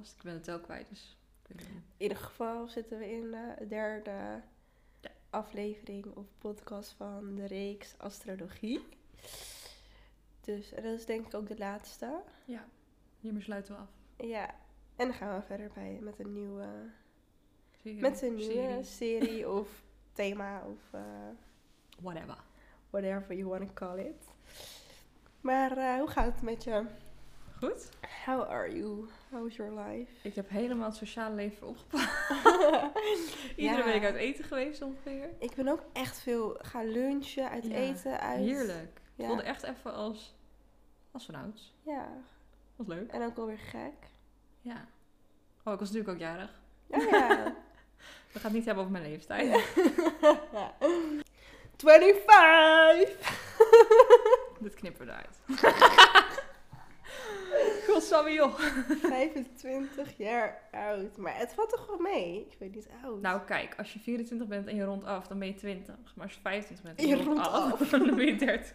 podcast. Ik ben het ook kwijt, dus... In ieder geval zitten we in de derde aflevering of podcast van de reeks Astrologie. Dus en dat is denk ik ook de laatste. Ja, hiermee sluiten we af. Ja, en dan gaan we verder met een nieuwe serie of thema of whatever you want to call it. Maar hoe gaat het met je? Goed. How are you? How is your life? Ik heb helemaal het sociale leven opgepakt. Iedere week uit eten geweest ongeveer. Ik ben ook echt veel gaan lunchen, uit eten, uit... Heerlijk. Ja. Ik voelde echt even als vanouds. Ja. Was leuk. En ook alweer gek. Ja. Oh, ik was natuurlijk ook jarig. Oh ja. We gaan het niet hebben over mijn leeftijd. 25! Dit knippen we eruit. Godsamme joh. 25 jaar oud. Maar het valt toch wel mee? Ik weet niet oud. Nou kijk, als je 24 bent en je rondt af, dan ben je 20. Maar als je 25 bent en Je je rondt rondt af, af. dan ben je 30.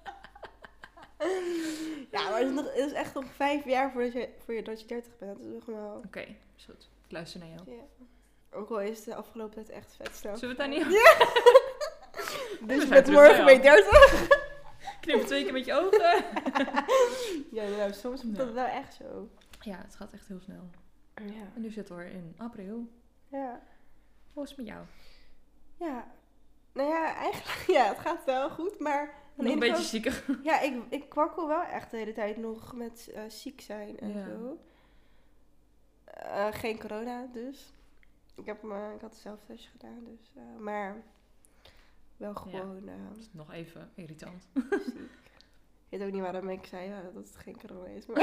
Ja, maar het is echt nog 5 jaar voordat je 30 bent. Dat is nog wel... Oké, is goed. Ik luister naar jou. Ja. Ook al is de afgelopen tijd echt vet snel. Zullen we het daar niet over? Ja. Dus je zijn bent terug morgen bij bij 30. Knip 2 keer met je ogen. Ja, nou, soms is dat wel echt zo. Ja, het gaat echt heel snel. Ja. En nu zitten we in april. Ja. Hoe is het met jou? Ja. Nou ja, eigenlijk, ja, het gaat wel goed, maar... aan de Nog een ene beetje kant- ziekig. Ja, ik kwakkel wel echt de hele tijd nog met ziek zijn en Ja. zo. Geen corona dus. Ik had een zelftestje gedaan, dus... maar wel gewoon Dat is nog even irritant. ziek. Ik weet ook niet waarom ik zei dat het geen corona is, maar...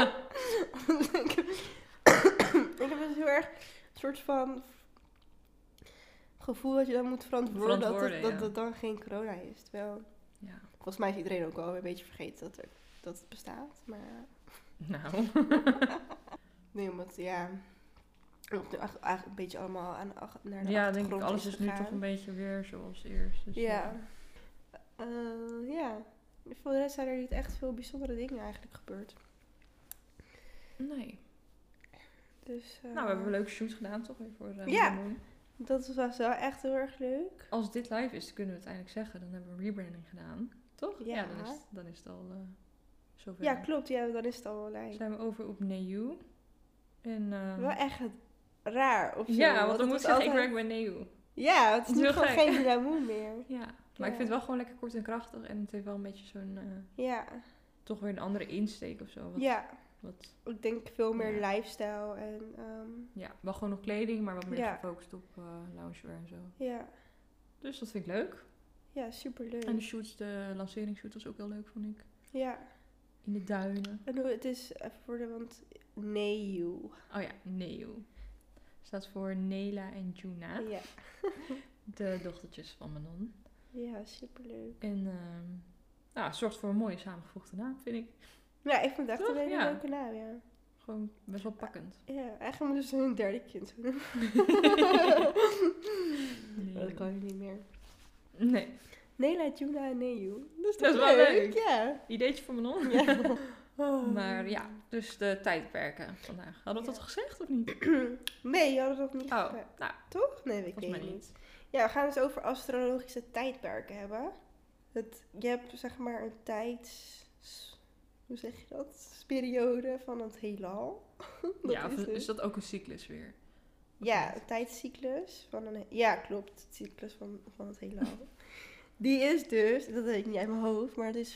ik heb dus heel erg een soort van gevoel dat je dan moet verantwoorden dat het dan geen corona is. Terwijl, Ja. volgens mij is iedereen ook wel een beetje vergeten dat het bestaat. Maar Nou. nee, omdat omdat het eigenlijk een beetje allemaal naar de Ja, achtergrond denk ik, alles is nu gegaan. toch een beetje weer zoals eerst. Dus Ja. Ja. Voor de rest zijn er niet echt veel bijzondere dingen eigenlijk gebeurd. Nee. Dus, Nou, we hebben een leuke shoot gedaan toch weer voor Ja. Moon. dat was wel echt heel erg leuk. Als dit live is, kunnen we het eigenlijk zeggen. Dan hebben we een rebranding gedaan. Toch? Ja. Dan is het al zover. Ja, klopt. Ja, dan is het al wel lijn. Zijn we over op Neu. En, Wel echt raar of zo. ja, want dan moet het zeggen, altijd... ik werk bij Neu. Ja, het is Dat is nu heel gewoon gek. geen Milamoon meer. Ja, maar ik vind het wel gewoon lekker kort en krachtig. En het heeft wel een beetje zo'n, Ja, toch weer een andere insteek of zo. Wat, ik denk veel meer Ja. lifestyle en ja, wel gewoon nog kleding, maar wat meer Ja. gefocust op loungewear en zo. ja, Dus dat vind ik leuk. superleuk. En de lanceringsshoot was ook heel leuk, vond ik. Ja, In de duinen. en het is even voor want Neu. Oh ja, Neu. Staat voor Nela en Juna. Ja. De dochtertjes van Manon. Ja, superleuk. En het zorgt voor een mooie samengevoegde naam, vind ik. Ja, ik vind het echt Toch? een hele Ja. leuke naam, ja. Gewoon best wel pakkend. Ja, eigenlijk moeten ze hun derde kind zo noemen. Maar dat kan je niet meer. Nee. Nela, Juna en Neu. Dat is Dat is toch wel leuk. Ja. Ideetje voor Manon. Ja. Oh. Maar ja, dus de tijdperken vandaag. Hadden we dat Ja. al gezegd of niet? Nee, je had het nog niet Oh, gezegd. nou, Toch? Nee, weet ik volgens mij niet. niet. Ja, we gaan het over astrologische tijdperken hebben. Je hebt zeg maar een hoe zeg je dat? Periode van het heelal. Ja, of dus- is dat ook een cyclus weer? Of Ja, niet? een tijdcyclus van ja, klopt, de cyclus van het heelal. Die is dus, dat weet ik niet uit mijn hoofd, maar het is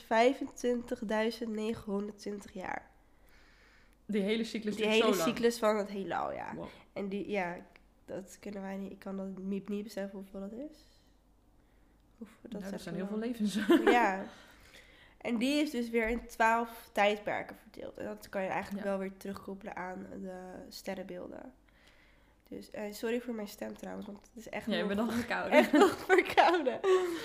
25.920 jaar. Die hele cyclus Die duurt hele zo lang. cyclus van het heelal, ja. Wow. En die, ja, dat kunnen wij niet, ik kan dat niet beseffen hoeveel dat is. Dat zegt zijn me heel veel wel. levens. Ja. En die is dus weer in 12 tijdperken verdeeld. En dat kan je eigenlijk Ja. wel weer terugkoppelen aan de sterrenbeelden. Dus sorry voor mijn stem trouwens, want het is echt Ja, je nog, bent nog verkouden. echt nog verkouden.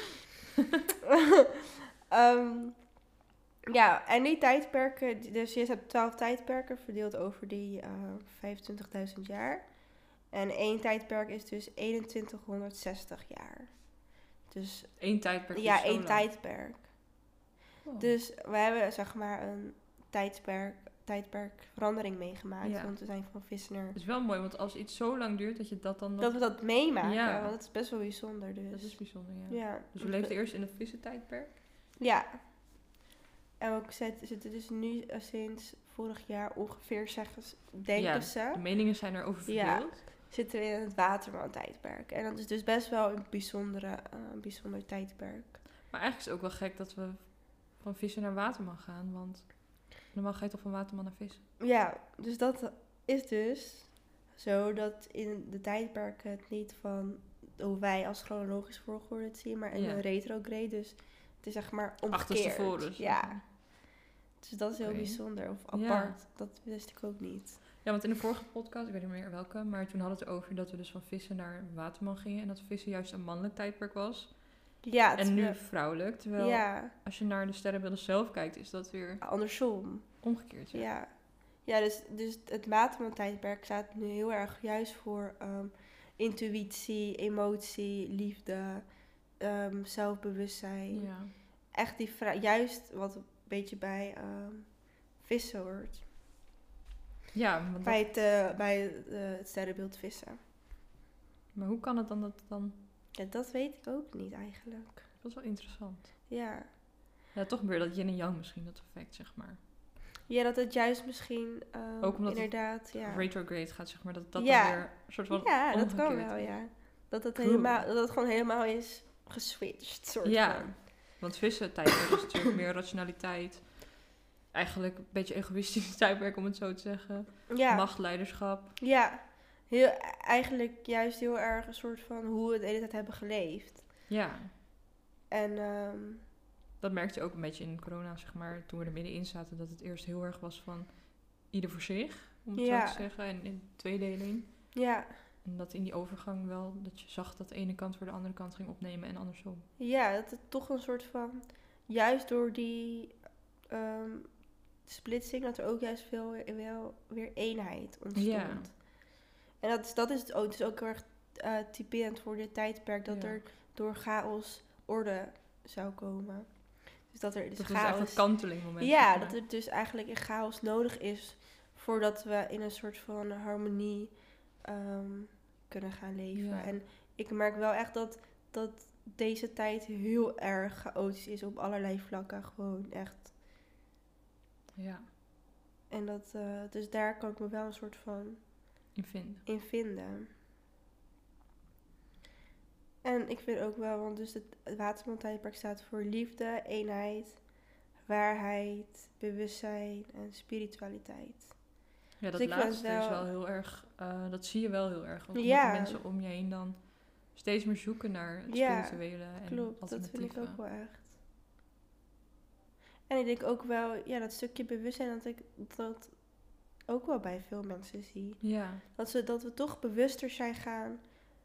Ja, en die tijdperken, dus je hebt 12 tijdperken verdeeld over die 25.000 jaar. En één tijdperk is dus 2160 jaar. Dus Eén tijdperk is ja, zo één lang. tijdperk. Oh. Dus we hebben zeg maar een tijdperk verandering meegemaakt. Ja. Want we zijn van vissen naar... Het is wel mooi, want als iets zo lang duurt dat je dat dan nog... Dat we dat meemaken, Ja. want dat is best wel bijzonder dus. Dat is bijzonder, ja. Ja. Dus we leefden eerst in het vissentijdperk. Ja. En we zitten dus nu sinds vorig jaar ongeveer, denken ze, De meningen zijn erover verdeeld. zitten we in het Waterman-tijdperk. En dat is dus best wel een bijzonder tijdperk. Maar eigenlijk is het ook wel gek dat we van vissen naar waterman gaan, want normaal ga je toch van waterman naar vissen. Ja, dus dat is dus zo dat in de tijdperken het niet van hoe wij als chronologisch volgorde het zien, maar in Ja. een retrograde. Dus het is zeg maar omgekeerd. Achterstevoren. Ja. Dus dat is heel Oké. bijzonder of Ja. apart. Dat wist ik ook niet. Ja, want in de vorige podcast, ik weet niet meer welke, maar toen hadden we het over dat we dus van vissen naar waterman gingen en dat vissen juist een mannelijk tijdperk was. Ja, het En is nu wel- vrouwelijk, terwijl ja, als je naar de sterrenbeelden zelf kijkt, is dat weer andersom. omgekeerd. Ja. Ja, ja dus het Waterman-tijdperk staat nu heel erg juist voor intuïtie, emotie, liefde, zelfbewustzijn. Ja. Echt juist wat een beetje bij vissen hoort. Ja, want dat- Bij het sterrenbeeld vissen. maar hoe kan het dan dat dan... Ja, dat weet ik ook niet eigenlijk. Dat is wel interessant. Ja. Ja, toch weer dat yin en yang misschien, dat effect, zeg maar. Ja, dat het juist misschien Ook omdat het inderdaad... ja. Retrograde gaat, zeg maar, dat dat Ja. dan weer een soort van Ja, dat kan omgekeerd wel, is. ja. Dat het, Cool. dat het gewoon helemaal is geswitcht, soort Ja. van. Want vissen tijdperk is natuurlijk meer rationaliteit. Eigenlijk een beetje egoïstisch tijdperk, om het zo te zeggen. Ja, Macht, leiderschap. ja. Eigenlijk juist heel erg een soort van hoe we de hele tijd hebben geleefd. Ja, En dat merkte je ook een beetje in corona, zeg maar. Toen we er middenin zaten, dat het eerst heel erg was van ieder voor zich, om het Ja. zo te zeggen. En in tweedeling. ja, En dat in die overgang wel, dat je zag dat de ene kant voor de andere kant ging opnemen en andersom. ja, dat het toch een soort van... Juist door die splitsing, dat er ook juist wel weer eenheid ontstond. Ja. En dat is het ook heel erg typerend voor dit tijdperk. Dat Ja. er door chaos orde zou komen. Dus dat er dus Dat was echt chaos... een kantelingmoment. Ja, zeg maar. dat het dus eigenlijk een chaos nodig is voordat we in een soort van harmonie kunnen gaan leven. Ja. En ik merk wel echt dat deze tijd heel erg chaotisch is op allerlei vlakken. Gewoon echt. Ja, En dat, dus daar kan ik me wel een soort van in vinden. in vinden. En ik vind ook wel, want dus het Waterman-tijdperk staat voor liefde, eenheid, waarheid, bewustzijn en spiritualiteit. Ja, dat Dus ik vind laatste het is wel- wel heel erg, dat zie je wel heel erg. Ook Ja. omdat de mensen om je heen dan steeds meer zoeken naar het Ja, spirituele en Klopt, dat vind ik alternatieven. ook wel echt. En ik denk ook wel, ja, dat stukje bewustzijn dat ik dat ook wel bij veel mensen zie. Ja, Dat we toch bewuster zijn gaan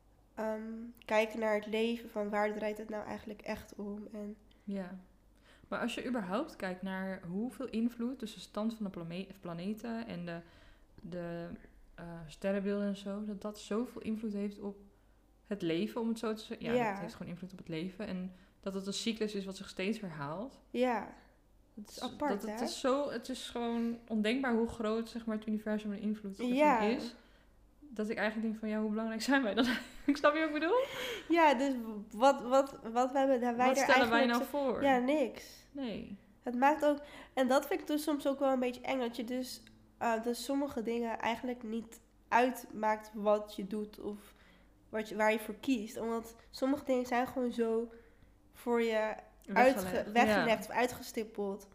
kijken naar het leven, van waar draait het nou eigenlijk echt om. En ja. Maar als je überhaupt kijkt naar hoeveel invloed tussen de stand van de planeten en de sterrenbeelden en zo, dat zoveel invloed heeft op het leven, om het zo te zeggen. Ja, Ja. dat heeft gewoon invloed op het leven. En dat het een cyclus is wat zich steeds herhaalt. ja, dat is apart, hè? Het is gewoon ondenkbaar hoe groot, zeg maar, het universum een invloed ervan Ja. is. Dat ik eigenlijk denk van, ja, hoe belangrijk zijn wij dan? Ik snap je wat ik bedoel? Ja, dus wat we hebben wij Wat er stellen wij eigenlijk nou voor? Ja, niks. Nee. Het maakt ook... En dat vind ik dus soms ook wel een beetje eng. Dat je dus sommige dingen eigenlijk niet uitmaakt wat je doet of waar je voor kiest. Omdat sommige dingen zijn gewoon zo voor je weggelegd of uitgestippeld.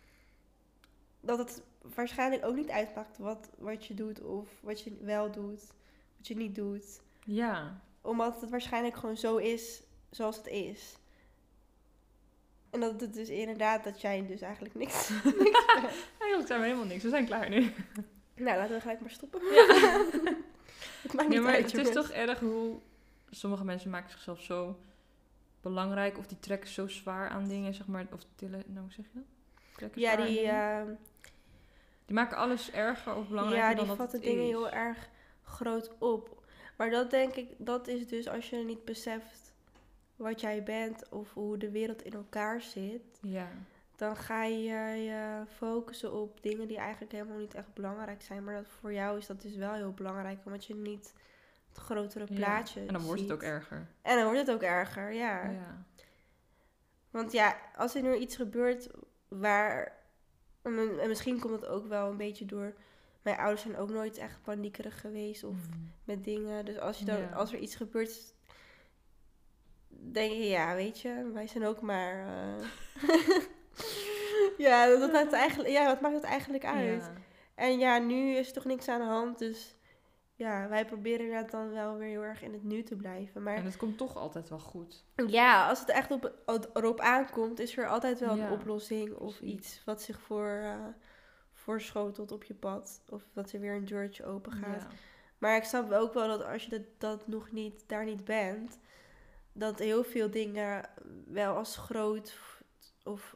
Dat het waarschijnlijk ook niet uitmaakt wat je doet of wat je wel doet, wat je niet doet. Ja. Omdat het waarschijnlijk gewoon zo is zoals het is. En dat het dus inderdaad, dat jij dus eigenlijk niks Eigenlijk zijn we helemaal niks. We zijn klaar nu. Nou, laten we gelijk maar stoppen. Ja. Het maakt niet Ja, maar uit, het is jongens. toch erg hoe sommige mensen maken zichzelf zo belangrijk of die trekken zo zwaar aan dingen, zeg maar, of tillen, nou, hoe zeg je dat? Trekken Ja, zwaar aan die, dingen. Die maken alles erger of belangrijker ja, dan die dat vatten het dingen is. heel erg groot op. Maar dat denk ik, dat is dus als je niet beseft wat jij bent of hoe de wereld in elkaar zit. Ja. dan ga je je focussen op dingen die eigenlijk helemaal niet echt belangrijk zijn. Maar dat voor jou is dat dus wel heel belangrijk, omdat je niet het grotere plaatje En dan wordt het ziet. ook erger. En dan wordt het ook erger, ja. Ja. Want ja, als er nu iets gebeurt waar... En misschien komt het ook wel een beetje door... Mijn ouders zijn ook nooit echt paniekerig geweest of met dingen. Dus als, als er iets gebeurt... denk je, ja, weet je, wij zijn ook maar... ja, wat maakt het eigenlijk uit? Ja. En ja, nu is er toch niks aan de hand, dus... Ja, wij proberen inderdaad dan wel weer heel erg in het nu te blijven. Maar En het komt toch altijd wel goed. ja, als het echt erop aankomt, is er altijd wel een oplossing of precies. iets wat zich voorschotelt op je pad. Of dat er weer een deurtje open gaat. Ja. Maar ik snap ook wel dat als je dat nog niet, daar niet bent, dat heel veel dingen wel als groot of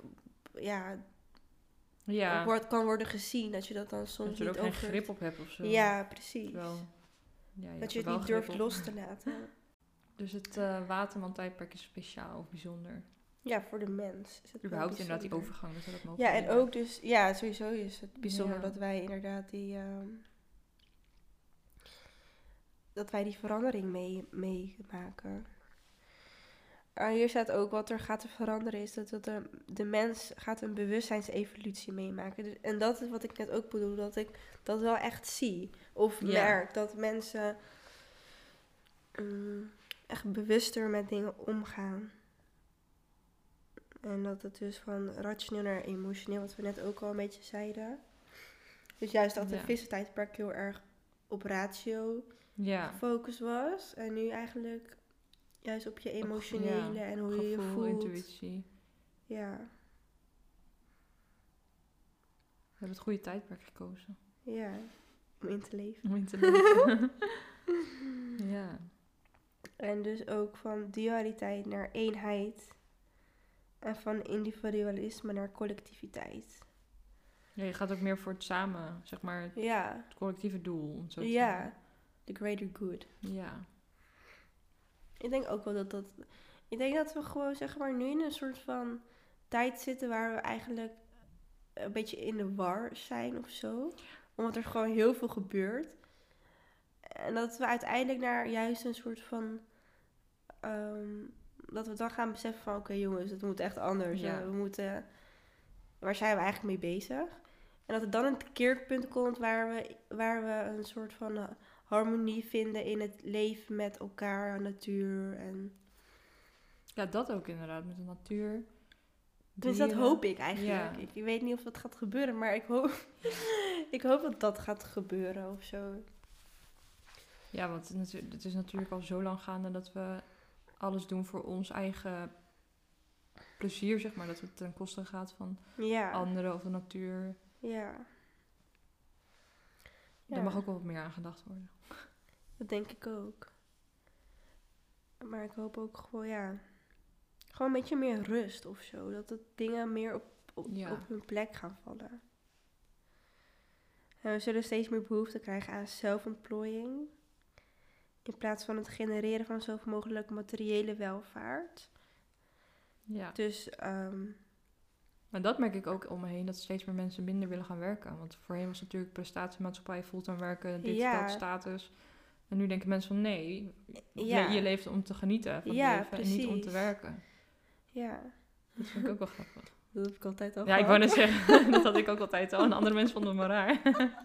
kan worden gezien. Dat je dat dan soms dat je er ook geen grip op hebt of zo. Ja, precies. Terwijl, dat je het niet durft los te laten. Dus het Waterman-tijdperk is speciaal of bijzonder. Ja, voor de mens. Is het überhaupt inderdaad die overgang, dat we dat mogen Ja, en ook dus, ja, sowieso is het bijzonder dat wij inderdaad die verandering meemaken. Hier staat ook wat er gaat veranderen is dat de mens gaat een bewustzijnsevolutie meemaken. Dus, en dat is wat ik net ook bedoel, dat ik dat wel echt zie. Of merk dat mensen echt bewuster met dingen omgaan. En dat het dus van rationeel naar emotioneel, wat we net ook al een beetje zeiden. Dus juist dat de vissentijdperk heel erg op ratio gefocust was. En nu eigenlijk juist op je emotionele en hoe je je voelt. Intuïtie. Ja. We hebben het goede tijdperk gekozen. Ja, om in te leven. Om in te leven. Ja. En dus ook van dualiteit naar eenheid. En van individualisme naar collectiviteit. Ja, je gaat ook meer voor het samen, zeg maar, het collectieve doel. Om zo te zeggen. The greater good. Ja. Ik denk ook wel dat... Ik denk dat we gewoon, zeg maar, nu in een soort van tijd zitten waar we eigenlijk een beetje in de war zijn of zo. Omdat er gewoon heel veel gebeurt. En dat we uiteindelijk naar juist een soort van... dat we dan gaan beseffen van... Oké, jongens, het moet echt anders. Ja. We moeten... Waar zijn we eigenlijk mee bezig? En dat er dan een keerpunt komt waar we een soort van harmonie vinden in het leven met elkaar, natuur en... Ja, dat ook inderdaad, met de natuur. Dus dat hoop ik eigenlijk. Ja. Ik weet niet of dat gaat gebeuren, maar ik hoop dat dat gaat gebeuren of zo. Ja, want het is natuurlijk al zo lang gaande dat we alles doen voor ons eigen plezier, zeg maar. Dat het ten koste gaat van anderen of de natuur. Ja. Daar mag ook wel wat meer aan gedacht worden. Dat denk ik ook. Maar ik hoop ook gewoon, gewoon een beetje meer rust of zo. Dat het dingen meer op hun plek gaan vallen. En we zullen steeds meer behoefte krijgen aan zelfontplooiing. In plaats van het genereren van zoveel mogelijk materiële welvaart. Ja. Dus... Maar dat merk ik ook om me heen, dat steeds meer mensen minder willen gaan werken. Want voorheen was natuurlijk prestatiemaatschappij, fulltime werken, dit, dat, status. En nu denken mensen van nee, je leeft om te genieten van het leven en niet om te werken. Ja. Dat vind ik ook wel grappig. Dat heb ik altijd al gehad. Ik wou net zeggen, dat had ik ook altijd al. En andere mensen vonden me raar.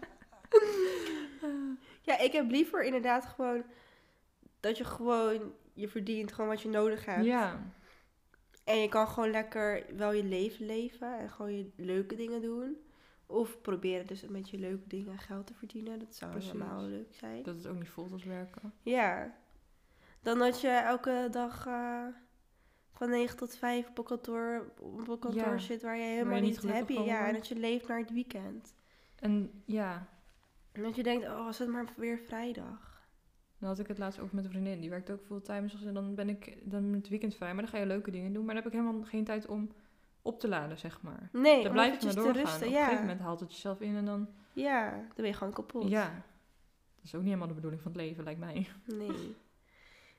Ja, ik heb liever inderdaad gewoon dat je verdient gewoon wat je nodig hebt. Ja. En je kan gewoon lekker wel je leven leven en gewoon je leuke dingen doen. Of proberen dus met je leuke dingen geld te verdienen. Dat zou helemaal leuk zijn. Dat het ook niet voelt als werken. Ja. Dan dat je elke dag van 9 tot 5 op een kantoor zit waar je helemaal niet happy bent. Ja, en dat je leeft naar het weekend. En ja. En dat je denkt, oh, is het maar weer vrijdag. Dan had ik het laatst ook met een vriendin. Die werkt ook fulltime. Dus dan ben ik dan het weekend vrij. Maar dan ga je leuke dingen doen. Maar dan heb ik helemaal geen tijd om op te laden, zeg maar. Nee, dan blijf je maar doorgaan. Rusten, op een gegeven moment haalt het jezelf in en dan... Ja, dan ben je gewoon kapot. Ja. Dat is ook niet helemaal de bedoeling van het leven, lijkt mij. Nee.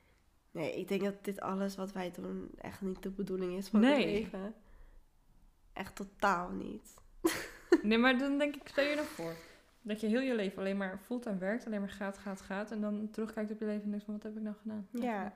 Nee, ik denk dat dit alles wat wij doen echt niet de bedoeling is van het leven. Echt totaal niet. Nee, maar dan denk ik, stel je nog voor. Dat je heel je leven alleen maar fulltime werkt. Alleen maar gaat. En dan terugkijkt op je leven en denkt van, wat heb ik nou gedaan? Ja,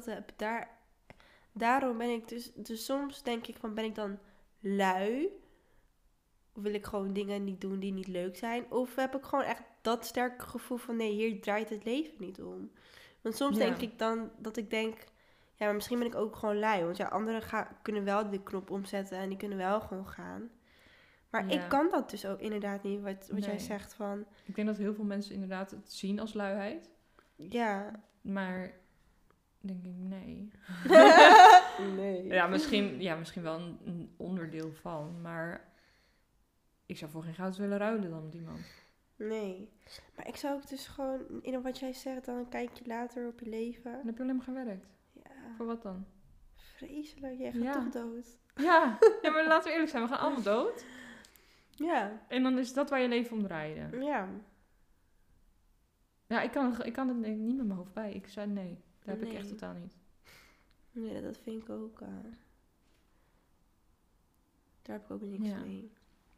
daarom ben ik dus soms denk ik van, ben ik dan lui? Of wil ik gewoon dingen niet doen die niet leuk zijn? Of heb ik gewoon echt dat sterke gevoel van, nee, hier draait het leven niet om. Want soms Ja. denk ik dan dat ik denk, ja, maar misschien ben ik ook gewoon lui. Want ja, anderen kunnen wel de knop omzetten en die kunnen wel gewoon gaan. Maar Ja. ik kan dat dus ook inderdaad niet, wat jij Nee. zegt van, Ik denk dat heel veel mensen inderdaad het zien als luiheid. ja. Maar denk ik, nee. Nee. Ja, misschien wel een onderdeel van. Maar ik zou voor geen goud willen ruilen dan met iemand. Nee. Maar ik zou ook dus gewoon, in wat jij zegt, dan kijk je later op je leven. Dan heb je alleen maar gewerkt. Ja, Voor wat dan? vreselijk. Jij gaat Ja. toch dood. Ja, maar laten we eerlijk zijn. We gaan allemaal dood. Ja. En dan is dat waar je leven om draaide. Ja. Ja, ik kan het niet met mijn hoofd bij. Ik zei nee. Dat heb ik echt Nee. totaal niet. Nee, dat vind ik ook. Daar heb ik ook niks Ja. mee.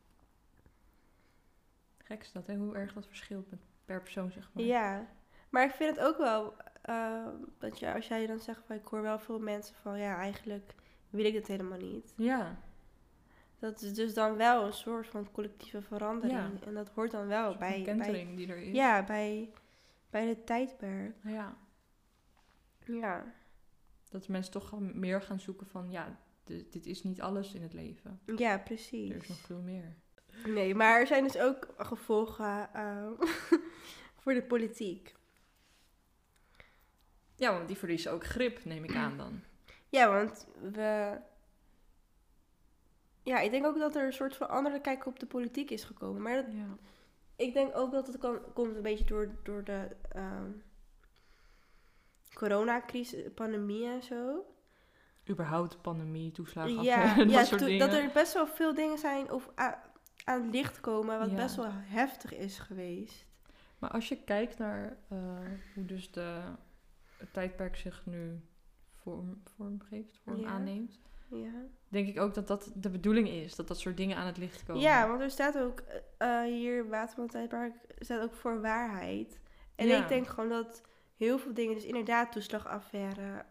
Gek is dat, hè? Hoe erg dat verschilt per persoon, zeg maar. Ja. Maar ik vind het ook wel, dat je, als jij dan zegt van, ik hoor wel veel mensen van, ja, eigenlijk wil ik dit helemaal niet. Ja. Dat is dus dan wel een soort van collectieve verandering. Ja. En dat hoort dan wel Een bij, kentering die er is. ja, bij het tijdperk. Ja. Ja. Dat mensen toch meer gaan zoeken van, ja, dit is niet alles in het leven. Ja, precies. Er is nog veel meer. Nee, maar er zijn dus ook gevolgen voor de politiek. Ja, want die verliezen ook grip, neem ik aan dan. Ja, want ja, ik denk ook dat er een soort van andere kijk op de politiek is gekomen. Maar Ja. ik denk ook dat het komt een beetje door de coronacrisis, pandemie en zo. Überhaupt pandemie, toeslagen, Ja, dat ja soort dingen. dat er best wel veel dingen zijn aan het licht komen wat Ja. best wel heftig is geweest. Maar als je kijkt naar hoe dus het tijdperk zich nu vorm geeft, Ja. aanneemt, Ja. denk ik ook dat dat de bedoeling is, dat soort dingen aan het licht komen. Ja, want er staat ook hier, Waterman-tijdperk, staat ook voor waarheid. En Ja. ik denk gewoon dat heel veel dingen, dus inderdaad toeslagaffaire,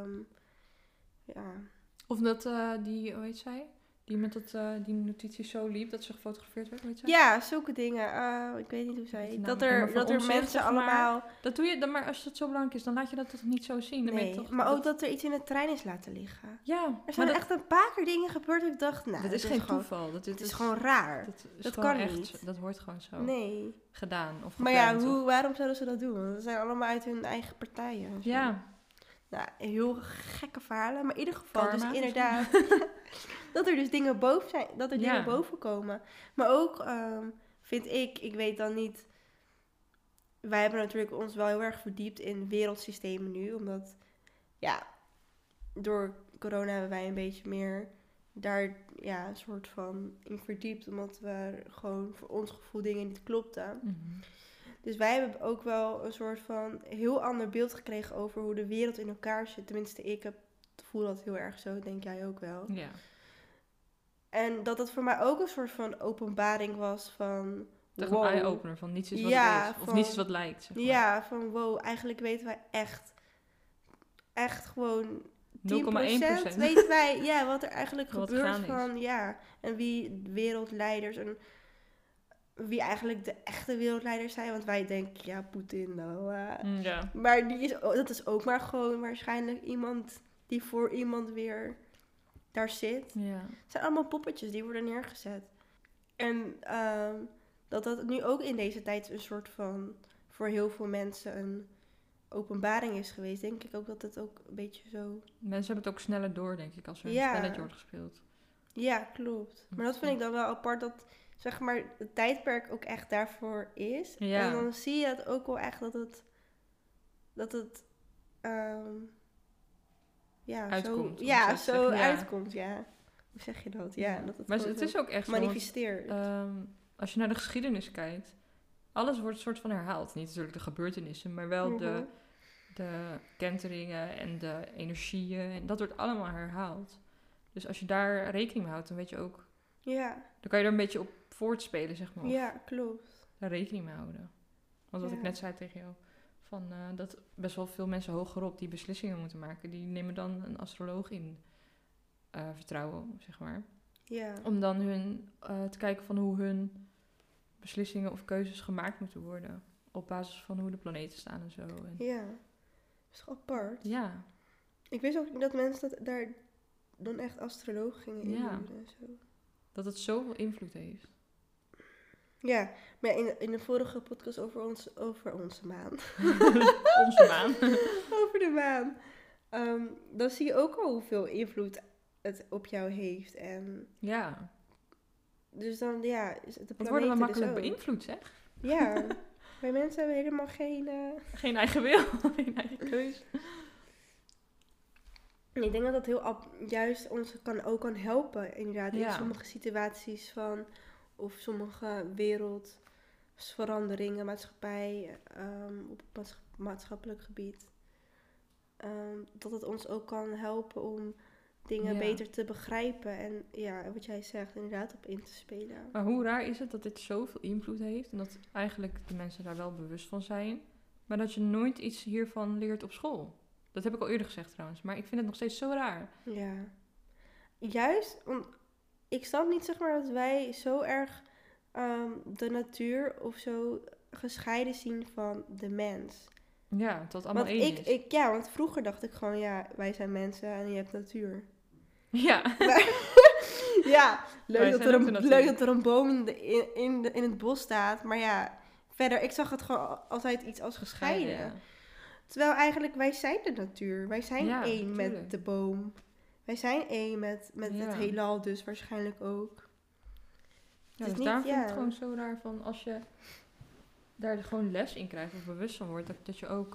ja. Of dat die, hoe heet zij? Die met die notities zo liep, dat ze gefotografeerd werd, hoe heet zij? Ja, zulke dingen. Ik weet niet hoe Ik weet zij. de naam Dat niet, maar er, voor dat er ons mensen zeg maar, allemaal. Dat doe je, maar als het zo belangrijk is, dan laat je dat toch niet zo zien. Dan ben je Nee, toch, maar ook dat er iets in de trein is laten liggen. Ja, Er zijn maar echt een paar keer dingen gebeurd dat ik dacht, nou, dat is geen gewoon, toeval. Dat het is gewoon raar. dat is dat gewoon kan echt, niet. Dat wordt gewoon zo Nee. gedaan of Maar ja, gepland of- waarom zouden ze dat doen? Want ze zijn allemaal uit hun eigen partijen. of zo. Ja, Nou, heel gekke verhalen. Maar in ieder geval, Karma, dus inderdaad, dat er dus dingen boven zijn, dat er Ja. dingen boven komen. Maar ook, vind ik weet dan niet, wij hebben natuurlijk ons wel heel erg verdiept in wereldsystemen nu, omdat, ja, door corona hebben wij een beetje meer daar, ja, een soort van in verdiept, omdat we gewoon voor ons gevoel dingen niet klopten. mhm. Dus wij hebben ook wel een soort van heel ander beeld gekregen over hoe de wereld in elkaar zit. Tenminste, ik voel dat heel erg zo, denk jij ook wel. Ja. En dat het voor mij ook een soort van openbaring was van, Echt wow. een eye-opener van niets is wat Ja, het is. Of van- niets is wat lijkt, zeg maar. Ja, van wow, eigenlijk weten wij echt gewoon 10% 0,1%. weten wij, ja, wat er eigenlijk Wat gebeurt gaande is. van, ja. En wie wereldleiders en wie eigenlijk de echte wereldleiders zijn. Want wij denken, ja, Poetin, nou, Ja. maar dat is ook maar gewoon waarschijnlijk iemand die voor iemand weer daar zit. Ja. Het zijn allemaal poppetjes die worden neergezet. En dat nu ook in deze tijd een soort van voor heel veel mensen een openbaring is geweest, denk ik ook dat het ook een beetje zo... Mensen hebben het ook sneller door, denk ik, als er Ja. een spelletje wordt gespeeld. Ja, klopt. Maar dat vind ik dan wel apart dat, zeg maar, het tijdperk ook echt daarvoor is. Ja. En dan zie je het ook wel echt dat het ja, Uitkomt, zo, om ja, zo te zo zeggen, ja. uitkomt, ja. Hoe zeg je dat? Ja, dat het Maar gewoon het is zo ook echt zo, want, manifesteert. als je naar de geschiedenis kijkt, alles wordt een soort van herhaald. Niet natuurlijk de gebeurtenissen, maar wel Mhm. de kenteringen en de energieën. En dat wordt allemaal herhaald. Dus als je daar rekening mee houdt, dan weet je ook Ja, Dan kan je er een beetje op voortspelen, zeg maar. Of ja, klopt. daar rekening mee houden. Want wat Ja. ik net zei tegen jou, van dat best wel veel mensen hogerop die beslissingen moeten maken, die nemen dan een astroloog in vertrouwen, zeg maar. Ja, Om dan te kijken van hoe hun beslissingen of keuzes gemaakt moeten worden. Op basis van hoe de planeten staan en zo. En, ja. Dat is toch apart. ja, Ik wist ook niet dat mensen daar dan echt astroloog gingen Ja. inhuren en zo. dat het zoveel invloed heeft. Ja, maar in de vorige podcast over onze maan. Onze maan. Over de maan. Dan zie je ook al hoeveel invloed het op jou heeft. En Ja, dus dan, ja, is het de wat worden we planeten makkelijk dus ook. beïnvloed, zeg. Ja, wij mensen hebben helemaal geen... Geen eigen wil, geen eigen keus. En ik denk dat dat juist ons ook kan helpen, inderdaad, in Ja. sommige situaties van, of sommige wereldveranderingen, maatschappij, op maatschappelijk gebied. Dat het ons ook kan helpen om dingen Ja. beter te begrijpen en ja, wat jij zegt, inderdaad op in te spelen. Maar hoe raar is het dat dit zoveel invloed heeft en dat eigenlijk de mensen daar wel bewust van zijn, maar dat je nooit iets hiervan leert op school? Dat heb ik al eerder gezegd trouwens, maar ik vind het nog steeds zo raar. Ja. Juist, want ik snap niet, zeg maar, dat wij zo erg de natuur of zo gescheiden zien van de mens. Ja, dat het allemaal Want één is. want vroeger dacht ik gewoon, ja, wij zijn mensen en je hebt natuur. Ja, Ja, Wij leuk zijn ook de natuur. leuk dat er een boom in het bos staat, maar ja, verder, ik zag het gewoon altijd iets als gescheiden. ja. Terwijl eigenlijk, wij zijn de natuur. Wij zijn Ja, één tuurlijk. met de boom. Wij zijn één met Ja. het heelal dus waarschijnlijk ook. Ja, is dus niet- daarom vind ik ja. het gewoon zo raar van als je daar gewoon les in krijgt of bewust van wordt, dat je ook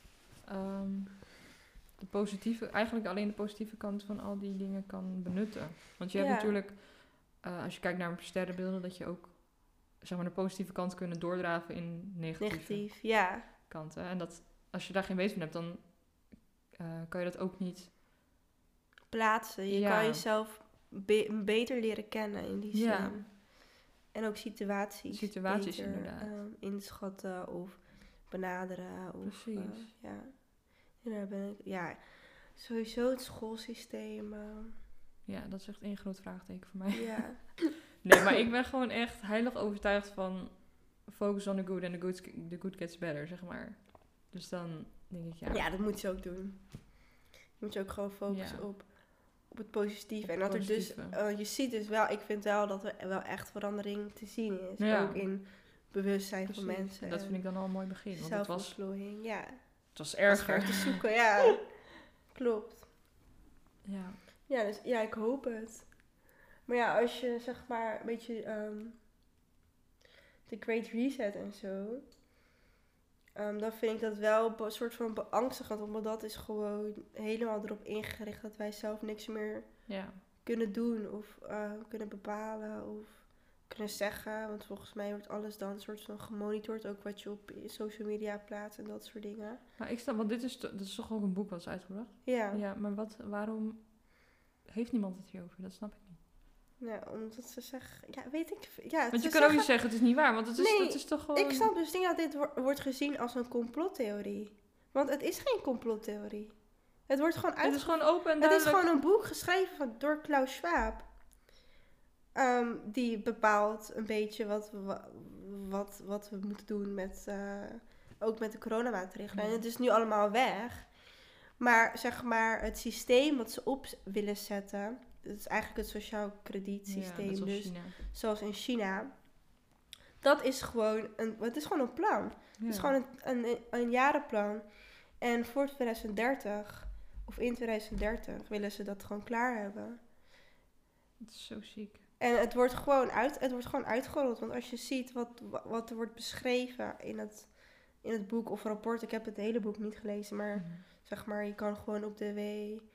de positieve, eigenlijk alleen de positieve kant van al die dingen kan benutten. Want je hebt Ja. natuurlijk, als je kijkt naar sterrenbeelden, dat je ook zeg maar de positieve kant kunnen doordraven in negatieve Negatief, ja. kanten. En dat als je daar geen weet van hebt, dan kan je dat ook niet. Plaatsen. Je Ja. kan jezelf beter leren kennen in die zin. Ja. En ook situaties. Situaties, beter, inderdaad. inschatten of benaderen. Of, Precies. ja. En daar ben ik... Ja, sowieso het schoolsysteem. Ja, dat is echt één groot vraagteken voor mij. Ja. Nee, maar ik ben gewoon echt heilig overtuigd van focus on the good and the good gets better, zeg maar. Dus dan denk ik, ja. Ja, dat moet je ook doen. Je moet je ook gewoon focussen Ja. op het positieve. Op En het dat er dus, positieve. je ziet dus wel, ik vind wel dat er wel echt verandering te zien is. Ja. Ook in bewustzijn van Precies. mensen. En dat vind ik dan al een mooi begin. Want het was zelfontplooiing, ja. erger. Ver te zoeken, ja. Klopt. Ja. Ja, dus ja, ik hoop het. Maar ja, als je zeg maar een beetje de Great Reset en zo, dan vind ik dat wel een soort van beangstigend. Want dat is gewoon helemaal erop ingericht dat wij zelf niks meer Ja. kunnen doen of kunnen bepalen of kunnen zeggen. Want volgens mij wordt alles dan een soort van gemonitord. Ook wat je op social media plaatst en dat soort dingen. Maar ik snap, want dit is toch ook een boek wat is uitgebracht? Ja, Ja, maar waarom heeft niemand het hierover? Dat snap ik niet. ja, omdat ze zeggen... Ja, weet ik... Ja, Want je ze kan ook niet zeggen- zeggen, het is niet waar. Want het is, Nee, dat is toch gewoon... Ik snap dus niet dat dit wordt gezien als een complottheorie. Want het is geen complottheorie. Het wordt gewoon Het is gewoon open en Het is duidelijk. gewoon een boek geschreven door Klaus Schwab. Die bepaalt een beetje wat we moeten doen met, ook met de coronamaatregelen. En het is nu allemaal weg. Maar zeg maar het systeem wat ze op willen zetten, dat is eigenlijk het sociaal kredietsysteem, Ja, dat is dus China. zoals in China. Dat is gewoon een plan. Het is gewoon een jarenplan. En voor 2030, of in 2030, willen ze dat gewoon klaar hebben. Het is zo ziek. En het wordt gewoon uitgerold. Want als je ziet wat er wordt beschreven in het boek of rapport. Ik heb het hele boek niet gelezen, maar zeg maar, je kan gewoon op de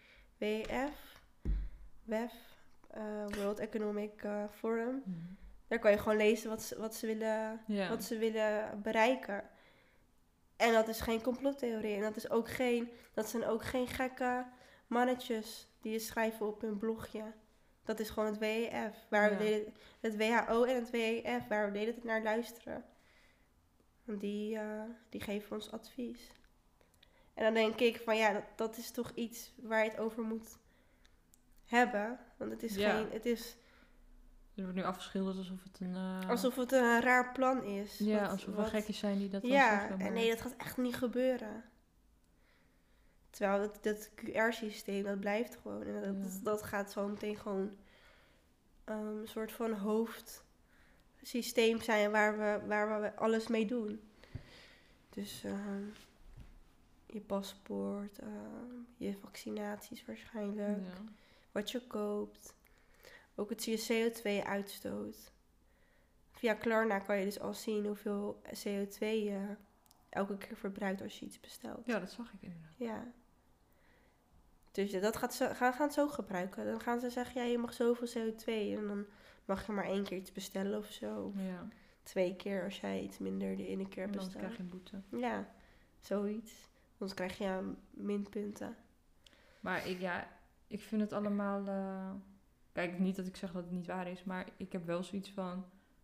WEF, World Economic Forum. Daar kan je gewoon lezen wat ze willen bereiken. En dat is geen complottheorie. En dat zijn ook geen gekke mannetjes die het schrijven op hun blogje. Dat is gewoon het WEF. Waar we deden, het WHO en het WEF, waar we de hele tijd naar luisteren. Want die geven ons advies. En dan denk ik van ja, dat is toch iets waar je het over moet hebben. Want het is geen... Het is, er wordt nu afgeschilderd alsof het een... alsof het een raar plan is. Ja, alsof we gekjes zijn die dat dan zeggen. Maar... en nee, dat gaat echt niet gebeuren. Terwijl dat QR-systeem, dat blijft gewoon. En dat gaat zo meteen gewoon een soort van hoofdsysteem zijn waar we alles mee doen. Dus je paspoort, je vaccinaties waarschijnlijk, wat je koopt. Ook het CO2-uitstoot. Via Klarna kan je dus al zien hoeveel CO2 je elke keer verbruikt als je iets bestelt. Ja, dat zag ik inderdaad. Ja. Dus gaan het zo gebruiken. Dan gaan ze zeggen, ja, je mag zoveel CO2 en dan mag je maar 1 keer iets bestellen of zo. Ja. 2 keer als jij iets minder de ene keer bestelt. Dan krijg je een boete. Ja, zoiets. Anders krijg je minpunten. Maar ik vind het allemaal... Kijk, niet dat ik zeg dat het niet waar is, maar ik heb wel zoiets van...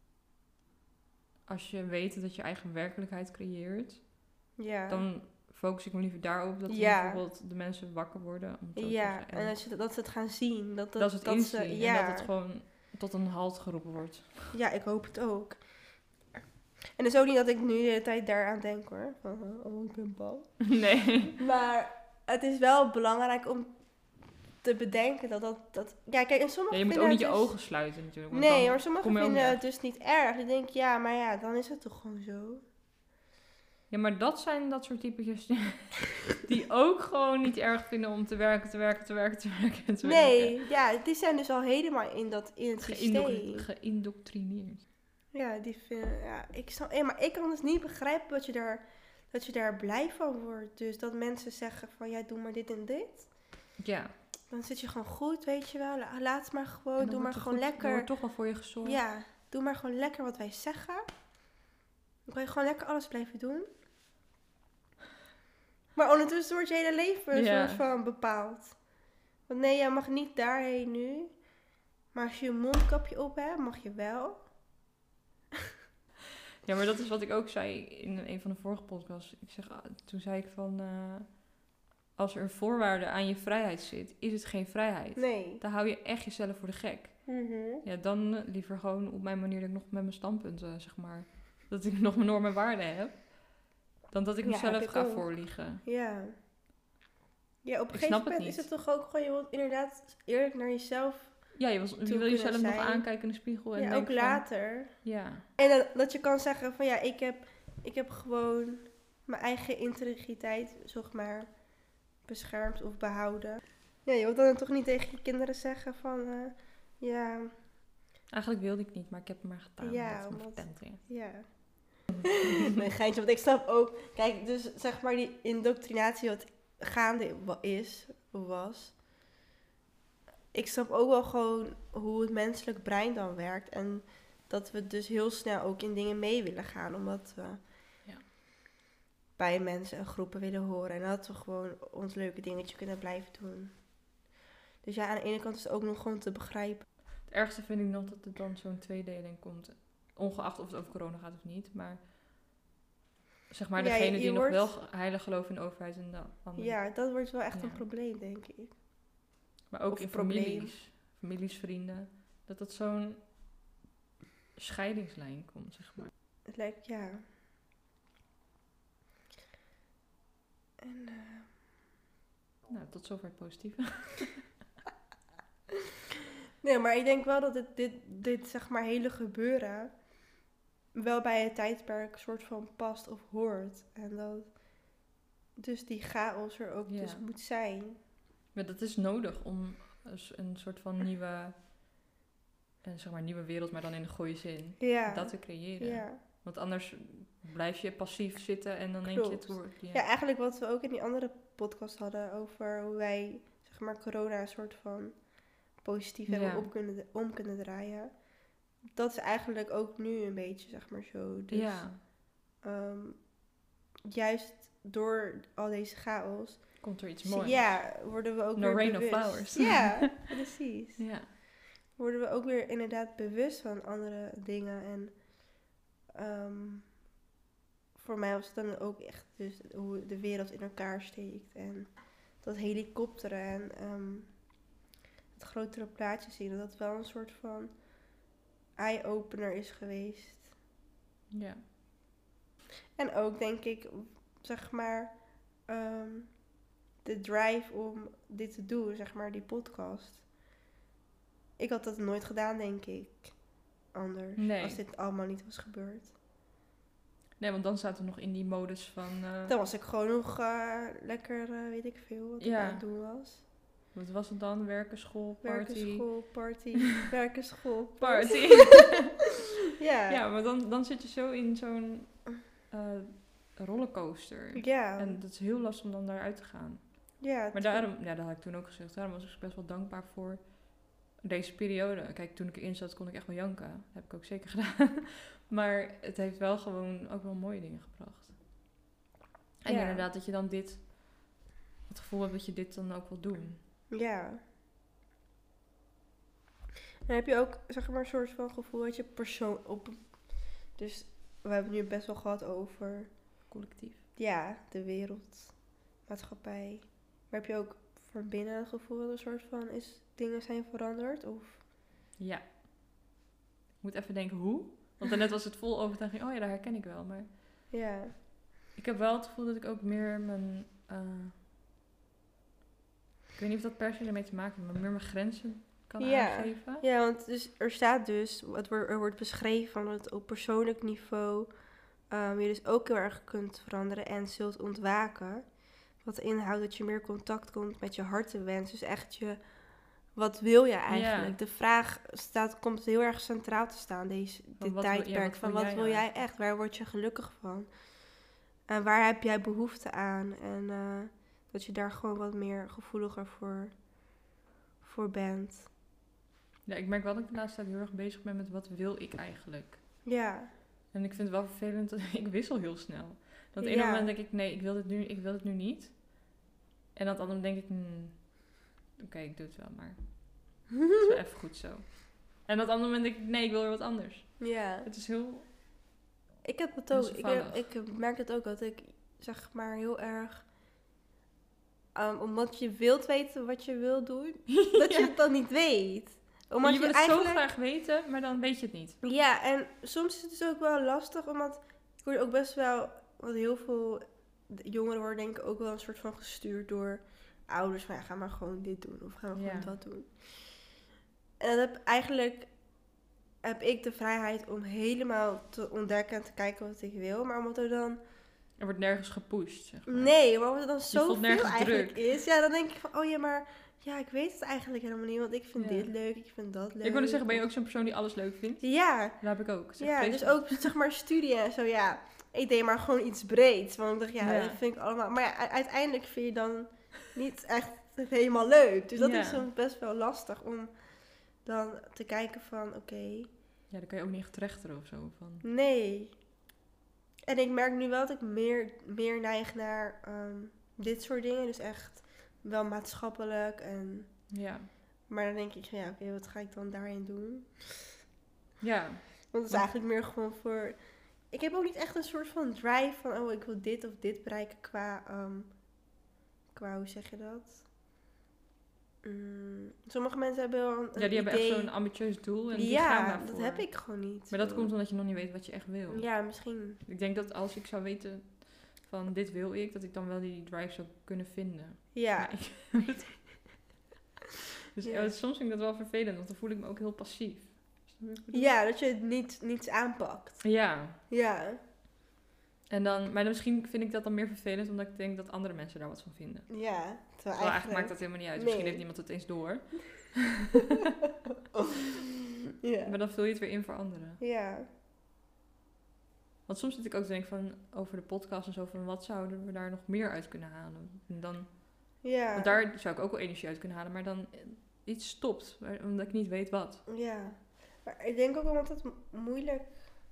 Als je weet dat je eigen werkelijkheid creëert, dan focus ik me liever daarop dat bijvoorbeeld de mensen wakker worden. Om zo te zeggen. En dat ze het gaan zien. Dat ze het inzien en dat het gewoon tot een halt geroepen wordt. Ja, ik hoop het ook. En het is ook niet dat ik nu de hele tijd daaraan denk hoor. Van, ik ben bang. Nee. Maar het is wel belangrijk om te bedenken dat ja, kijk, en sommigen je moet ook niet je ogen sluiten natuurlijk. Nee, maar sommigen vinden het dus niet erg. Die denken, ja, maar ja, dan is het toch gewoon zo. Ja, maar dat zijn dat soort typetjes die ook gewoon niet erg vinden om te werken. Nee, ja, die zijn dus al helemaal in het systeem. Geïndoctrineerd. Ja, die vinden, maar ik kan dus niet begrijpen dat je daar blij van wordt. Dus dat mensen zeggen van, ja, doe maar dit en dit. Ja. Dan zit je gewoon goed, weet je wel. Laat maar gewoon, doe maar gewoon lekker. Er wordt toch wel voor je gezorgd. Ja, doe maar gewoon lekker wat wij zeggen. Dan kan je gewoon lekker alles blijven doen. Maar ondertussen wordt je hele leven een soort van bepaald. Want nee, jij mag niet daarheen nu. Maar als je een mondkapje op hebt, mag je wel. Ja, maar dat is wat ik ook zei in een van de vorige podcasts. Toen zei ik van... als er een voorwaarde aan je vrijheid zit, is het geen vrijheid. Nee. Dan hou je echt jezelf voor de gek. Mm-hmm. Ja, dan liever gewoon op mijn manier dat ik nog met mijn standpunten, zeg maar... Dat ik nog mijn normen en waarden heb. Dan dat ik mezelf ga voorliegen. Ja. Ja, op een gegeven moment is het toch ook gewoon... Je wilt inderdaad eerlijk naar jezelf... Ja, je wil jezelf nog aankijken in de spiegel. En ook later. Ja. En dat je kan zeggen van ja, ik heb gewoon mijn eigen integriteit, zeg maar, beschermd of behouden. Ja, je wilt dan toch niet tegen je kinderen zeggen van ja... Eigenlijk wilde ik niet, maar ik heb het maar gedaan. Ja, ja. Nee, geintje, want ik snap ook... Kijk, dus zeg maar die indoctrinatie wat gaande was... Ik snap ook wel gewoon hoe het menselijk brein dan werkt. En dat we dus heel snel ook in dingen mee willen gaan. Omdat we bij mensen en groepen willen horen. En dat we gewoon ons leuke dingetje kunnen blijven doen. Dus ja, aan de ene kant is het ook nog gewoon te begrijpen. Het ergste vind ik nog dat er dan zo'n tweedeling komt. Ongeacht of het over corona gaat of niet. Maar zeg maar degene die nog wel heilig geloven in de overheid en de andere. Ja, dat wordt wel echt een probleem, denk ik. Maar ook in families, vrienden. Dat zo'n scheidingslijn komt, zeg maar. Het lijkt, ja. En, nou, tot zover het positieve. Nee, maar ik denk wel dat dit zeg maar hele gebeuren wel bij het tijdperk soort van past of hoort. En dat dus die chaos er ook dus moet zijn. Maar dat is nodig om een soort van nieuwe wereld, maar dan in de goede zin. Ja. Dat te creëren. Ja. Want anders blijf je passief zitten en dan denk je het wordt... Ja, eigenlijk wat we ook in die andere podcast hadden over hoe wij, zeg maar, corona een soort van positief hebben om kunnen draaien. Dat is eigenlijk ook nu een beetje, zeg maar, zo. Dus, juist door al deze chaos... Komt er iets moois. Ja, worden we ook No weer rain bewust. of flowers. Ja, precies. Ja. worden we ook weer inderdaad bewust van andere dingen. En voor mij was het dan ook echt dus hoe de wereld in elkaar steekt. En dat helikopteren en het grotere plaatje zien. Dat wel een soort van eye-opener is geweest. Ja. En ook denk ik, zeg maar, de drive om dit te doen, zeg maar, die podcast. Ik had dat nooit gedaan, denk ik. Anders. Nee. Als dit allemaal niet was gebeurd. Nee, want dan zaten we nog in die modus van... Dan was ik gewoon nog lekker, weet ik veel, wat ik aan het doen was. Wat was het dan? Werken, school, party? Werken, school, party. Werken, school, Party. Ja. Ja, maar dan zit je zo in zo'n rollercoaster. Ja. En dat is heel lastig om dan daaruit te gaan. Ja. Maar daarom, ja, dat had ik toen ook gezegd, daarom was ik best wel dankbaar voor deze periode. Kijk, toen ik erin zat, kon ik echt wel janken. Dat heb ik ook zeker gedaan. Maar het heeft wel gewoon ook wel mooie dingen gebracht. En Ja. inderdaad, dat je dan het gevoel hebt dat je dit dan ook wil doen. Ja. En heb je ook, zeg maar, een soort van gevoel dat je persoon op... Dus we hebben het nu best wel gehad over... Collectief. Ja, de wereld, maatschappij. Maar heb je ook van binnen het gevoel dat een soort van dingen zijn veranderd? Of? Ja. Ik moet even denken hoe. Want daarnet was het vol overtuiging. Oh ja, dat herken ik wel. Maar Ja. ik heb wel het gevoel dat ik ook meer mijn... ik weet niet of dat per se ermee te maken heeft, maar meer mijn grenzen kan aangeven. Ja, want dus, er staat dus, er wordt beschreven van dat op persoonlijk niveau je dus ook heel erg kunt veranderen en zult ontwaken. Wat inhoudt dat je meer contact komt met je hartenwens. Dus echt wat wil je eigenlijk? Ja. De vraag komt heel erg centraal te staan, dit tijdperk. Wat wil jij echt? Waar word je gelukkig van? En waar heb jij behoefte aan? En dat je daar gewoon wat meer gevoeliger voor bent. Ja, ik merk wel dat ik de laatste tijd heel erg bezig ben met wat wil ik eigenlijk. Ja. En ik vind het wel vervelend dat ik wissel heel snel. Dat ene moment denk ik, nee, ik wil het nu niet. En dat andere moment denk ik, oké, ik doe het wel, maar het is wel even goed zo. En dat andere moment denk ik, nee, ik wil weer wat anders. Ja. Het is heel... Ik heb het ook. Ik merk het ook dat ik, zeg maar, heel erg... omdat je wilt weten wat je wil doen, dat je het dan niet weet. Omdat je wil het zo graag weten, maar dan weet je het niet. Ja, en soms is het dus ook wel lastig, omdat ik word ook best wel... Want heel veel jongeren worden denk ik ook wel een soort van gestuurd door ouders. Van ja, ga maar gewoon dit doen of ga maar gewoon dat doen. En heb ik de vrijheid om helemaal te ontdekken en te kijken wat ik wil. Maar omdat er dan... Er wordt nergens gepusht, zeg maar. Nee, maar omdat er dan zoveel druk eigenlijk is. Ja, dan denk ik van, oh ja, maar... Ja, ik weet het eigenlijk helemaal niet, want ik vind dit leuk, ik vind dat leuk. Ik wilde zeggen, ben je ook zo'n persoon die alles leuk vindt? Ja. Dat heb ik ook. Ja, dus ook, zeg maar, studie en zo, ja. Ik deed maar gewoon iets breeds, want ik dacht, dat vind ik allemaal... Maar ja, uiteindelijk vind je dan niet echt helemaal leuk. Dus dat is dan best wel lastig om dan te kijken van, oké. Ja, dan kan je ook niet echt trechteren of zo. Van. Nee. En ik merk nu wel dat ik meer neig naar dit soort dingen. Dus echt wel maatschappelijk en... Ja. Maar dan denk ik van, oké, wat ga ik dan daarin doen? Ja. Want het is eigenlijk meer gewoon voor... Ik heb ook niet echt een soort van drive van... Oh, ik wil dit of dit bereiken qua hoe zeg je dat? Sommige mensen hebben wel een die hebben echt zo'n ambitieus doel en die gaan daarvoor. Dat heb ik gewoon niet. Maar dat komt omdat je nog niet weet wat je echt wil. Ja, misschien. Ik denk dat als ik zou weten van dit wil ik, dat ik dan wel die drive zou kunnen vinden. Ja. Dus soms vind ik dat wel vervelend, want dan voel ik me ook heel passief. Ja, dat je het niets aanpakt. Ja. Ja. Maar misschien vind ik dat dan meer vervelend, omdat ik denk dat andere mensen daar wat van vinden. Ja. Terwijl eigenlijk maakt dat helemaal niet uit. Nee. Misschien heeft niemand het eens door. Ja. Maar dan vul je het weer in voor anderen. Ja. Want soms zit ik ook te denken van over de podcast en zo van wat zouden we daar nog meer uit kunnen halen. En dan, want daar zou ik ook wel energie uit kunnen halen, maar dan iets stopt, omdat ik niet weet wat. Ja. Maar ik denk ook omdat het moeilijk...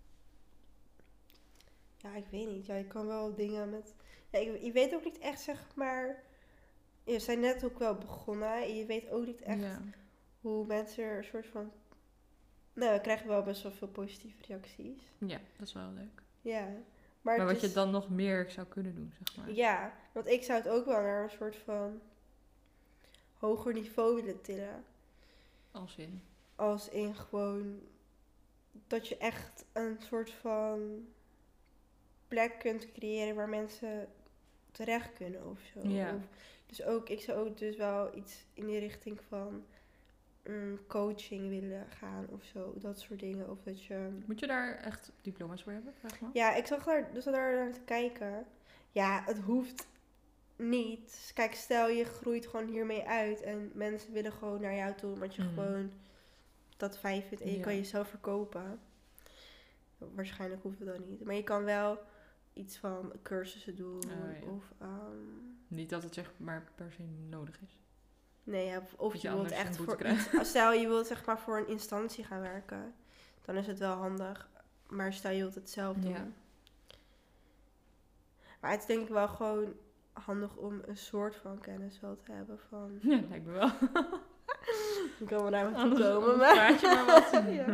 Ja, ik weet niet. Ja, ik kan wel dingen met... Ja, je weet ook niet echt, zeg maar... Je zijn net ook wel begonnen. En je weet ook niet echt hoe mensen er een soort van... Nou, we krijgen wel best wel veel positieve reacties. Ja, dat is wel leuk. Ja. Maar het wat is- je dan nog meer zou kunnen doen, zeg maar. Ja, want ik zou het ook wel naar een soort van hoger niveau willen tillen. Als in. Als in gewoon dat je echt een soort van plek kunt creëren waar mensen terecht kunnen of zo. Ja. Dus ook, ik zou ook dus wel iets in die richting van coaching willen gaan of zo. Dat soort dingen. Of dat je... Moet je daar echt diploma's voor hebben, vraag maar? Ja, ik zag daar dus daar naar te kijken. Ja, het hoeft niet. Kijk, stel je groeit gewoon hiermee uit en mensen willen gewoon naar jou toe, omdat je gewoon dat fijn vindt en je kan jezelf verkopen. Waarschijnlijk hoeft het dan niet. Maar je kan wel iets van cursussen doen. Ja. Of, Niet dat het zeg maar per se nodig is. nee, ja, of Dat je je wilt anders echt een voor boete iets... Stel je wilt zeg maar voor een instantie gaan werken. Dan is het wel handig. Maar stel je wilt het zelf doen. Ja. Maar het is denk ik wel gewoon handig om een soort van kennis wel te hebben van... Ja, lijkt me wel. Ik kan wel naar me toe Anders komen. praat je maar wat. Ja.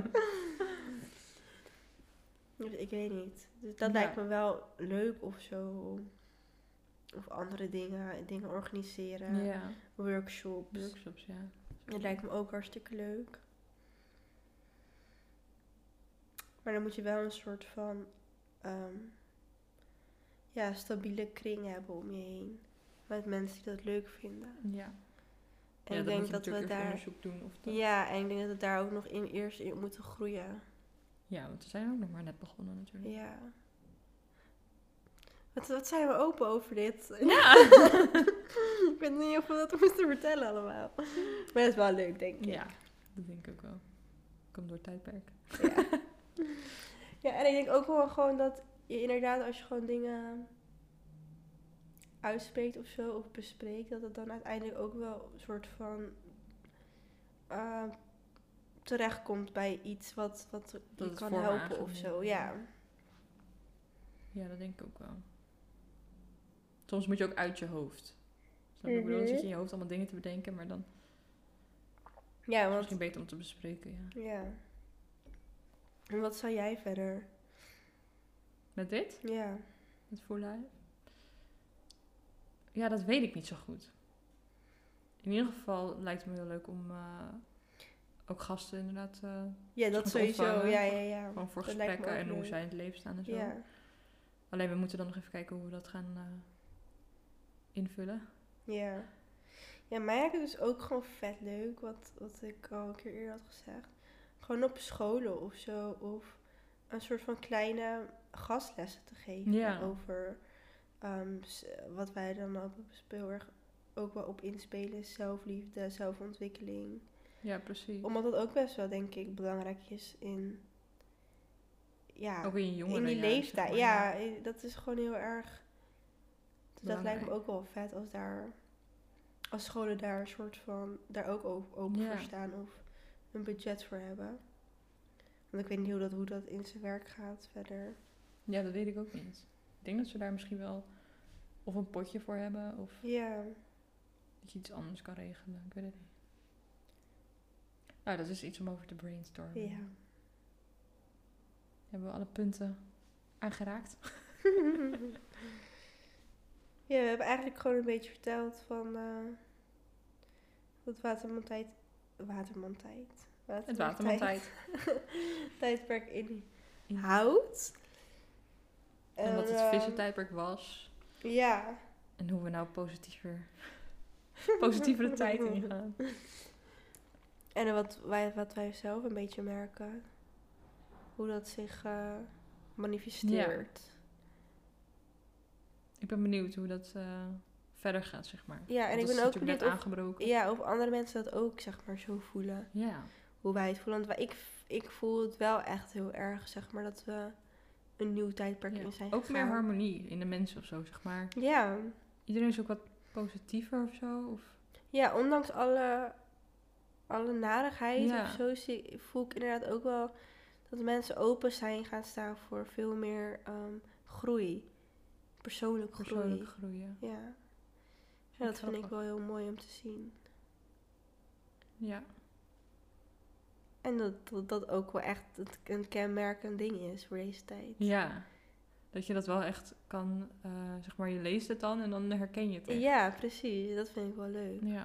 Dus ik weet niet. Dus dat Ja. lijkt me wel leuk of zo. Of andere dingen organiseren. Ja. Workshops. Workshops, ja. Dat lijkt me ook hartstikke leuk. Maar dan moet je wel een soort van stabiele kring hebben om je heen. Met mensen die dat leuk vinden. Ja. En Ja, ik dan denk moet je dat we natuurlijk even daar... onderzoek doen of dat... Ja, en ik denk dat we daar ook nog eerst in moeten groeien. Ja, want we zijn ook nog maar net begonnen natuurlijk. Ja. Wat zijn we open over dit? Ja! Ik weet niet of we dat moesten vertellen allemaal. Maar dat is wel leuk, denk ik. Ja, dat denk ik ook wel. Komt door tijdperk. Ja. Ja, en ik denk ook wel gewoon dat je inderdaad, als je gewoon dingen uitspreekt of zo, of bespreekt, dat het dan uiteindelijk ook wel een soort van terechtkomt bij iets wat je het kan vorm helpen aangeeft, of zo. ja. Ja. Ja, dat denk ik ook wel. Soms moet je ook uit je hoofd. Snap je? Ik bedoel, dan zit je in je hoofd allemaal dingen te bedenken, maar dan Ja, is het want... misschien beter om te bespreken, ja. Ja. En wat zou jij verder? Met dit? Ja. Met For Life? Ja, dat weet ik niet zo goed. In ieder geval lijkt het me heel leuk om ook gasten inderdaad Ja, dat te sowieso. ontvangen. Ja. Gewoon voor Dat lijkt me gesprekken ook en hoe leuk. zij in het leven staan en zo. Ja. Alleen we moeten dan nog even kijken hoe we dat gaan invullen. Ja. Ja, mij lijkt het dus ook gewoon vet leuk, wat ik al een keer eerder had gezegd. Gewoon op scholen of zo, of een soort van kleine gastlessen te geven Ja. over wat wij dan ook heel erg ook wel op inspelen, zelfliefde, zelfontwikkeling. Ja, precies. Omdat dat ook best wel, denk ik, belangrijk is in... Ja, Ook in je jongeren in die jaren, leeftijd. zeg maar, Ja, dat is gewoon heel erg... Dus dat lijkt me ook wel vet als scholen daar een soort van... Daar ook open Ja. voor staan of een budget voor hebben. Want ik weet niet hoe dat in zijn werk gaat verder. Ja, dat weet ik ook niet. Ik denk dat ze daar misschien wel of een potje voor hebben of Ja. dat je iets anders kan regelen. Ik weet het niet. Nou, dat is iets om over te brainstormen. Ja. Hebben we alle punten aangeraakt? Ja, we hebben eigenlijk gewoon een beetje verteld van wat Het watermantijd. tijdperk inhoudt. En wat het vissentijdperk was. Ja. En hoe we nou positievere tijd ingaan. En wat wij zelf een beetje merken. Hoe dat zich manifesteert. Ik ben benieuwd hoe dat verder gaat, zeg maar. Ja, en Want ik ben dat is ook natuurlijk benieuwd net aangebroken. Ja, of andere mensen dat ook, zeg maar, zo voelen. Ja. Hoe wij het voelen. Want ik voel het wel echt heel erg, zeg maar, dat we een nieuw tijdperk in zijn ook gegaan. meer harmonie in de mensen of zo, zeg maar. Ja. Iedereen is ook wat positiever of zo. Of... Ja, ondanks alle narigheid Ja. of zo, voel ik inderdaad ook wel dat mensen open zijn gaan staan voor veel meer groei. Persoonlijke groeien. Ja. Ja, dat vind ik wel heel mooi om te zien. Ja. En dat ook wel echt een kenmerkend ding is voor deze tijd. Ja, dat je dat wel echt kan, zeg maar, je leest het dan en dan herken je het echt. Ja, precies. Dat vind ik wel leuk. Ja,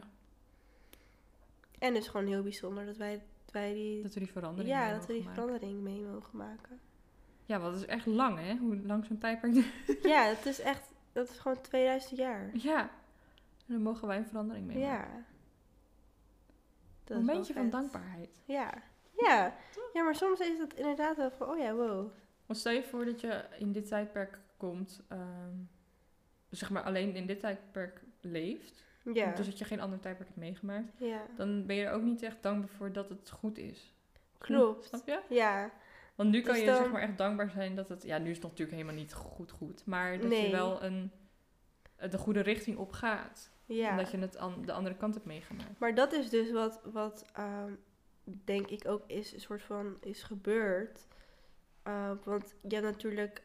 En het is gewoon heel bijzonder dat wij die... dat we die verandering Ja, mee dat we die mogen maken. verandering mee mogen maken. Ja, want het is echt lang, hè? Hoe lang zo'n tijdperk duurt. Ja, het is echt... Dat is gewoon 2000 jaar. Ja, en dan mogen wij een verandering mee maken. Ja. Dat Een is wel momentje van vet. dankbaarheid. Ja. Ja. Ja, maar soms is het inderdaad wel van... Oh ja, wow. Want stel je voor dat je in dit tijdperk komt, zeg maar alleen in dit tijdperk leeft. Ja. Dus dat je geen ander tijdperk hebt meegemaakt. Ja. Dan ben je er ook niet echt dankbaar voor dat het goed is. Klopt. Snap je? Ja. Want nu kan Dus je dan- zeg maar echt dankbaar zijn dat het... Ja, nu is het natuurlijk helemaal niet goed. Maar dat Nee. je wel de goede richting op gaat. Ja. Omdat je het aan de andere kant hebt meegemaakt. Maar dat is dus wat denk ik ook is een soort van is gebeurd. Want je hebt natuurlijk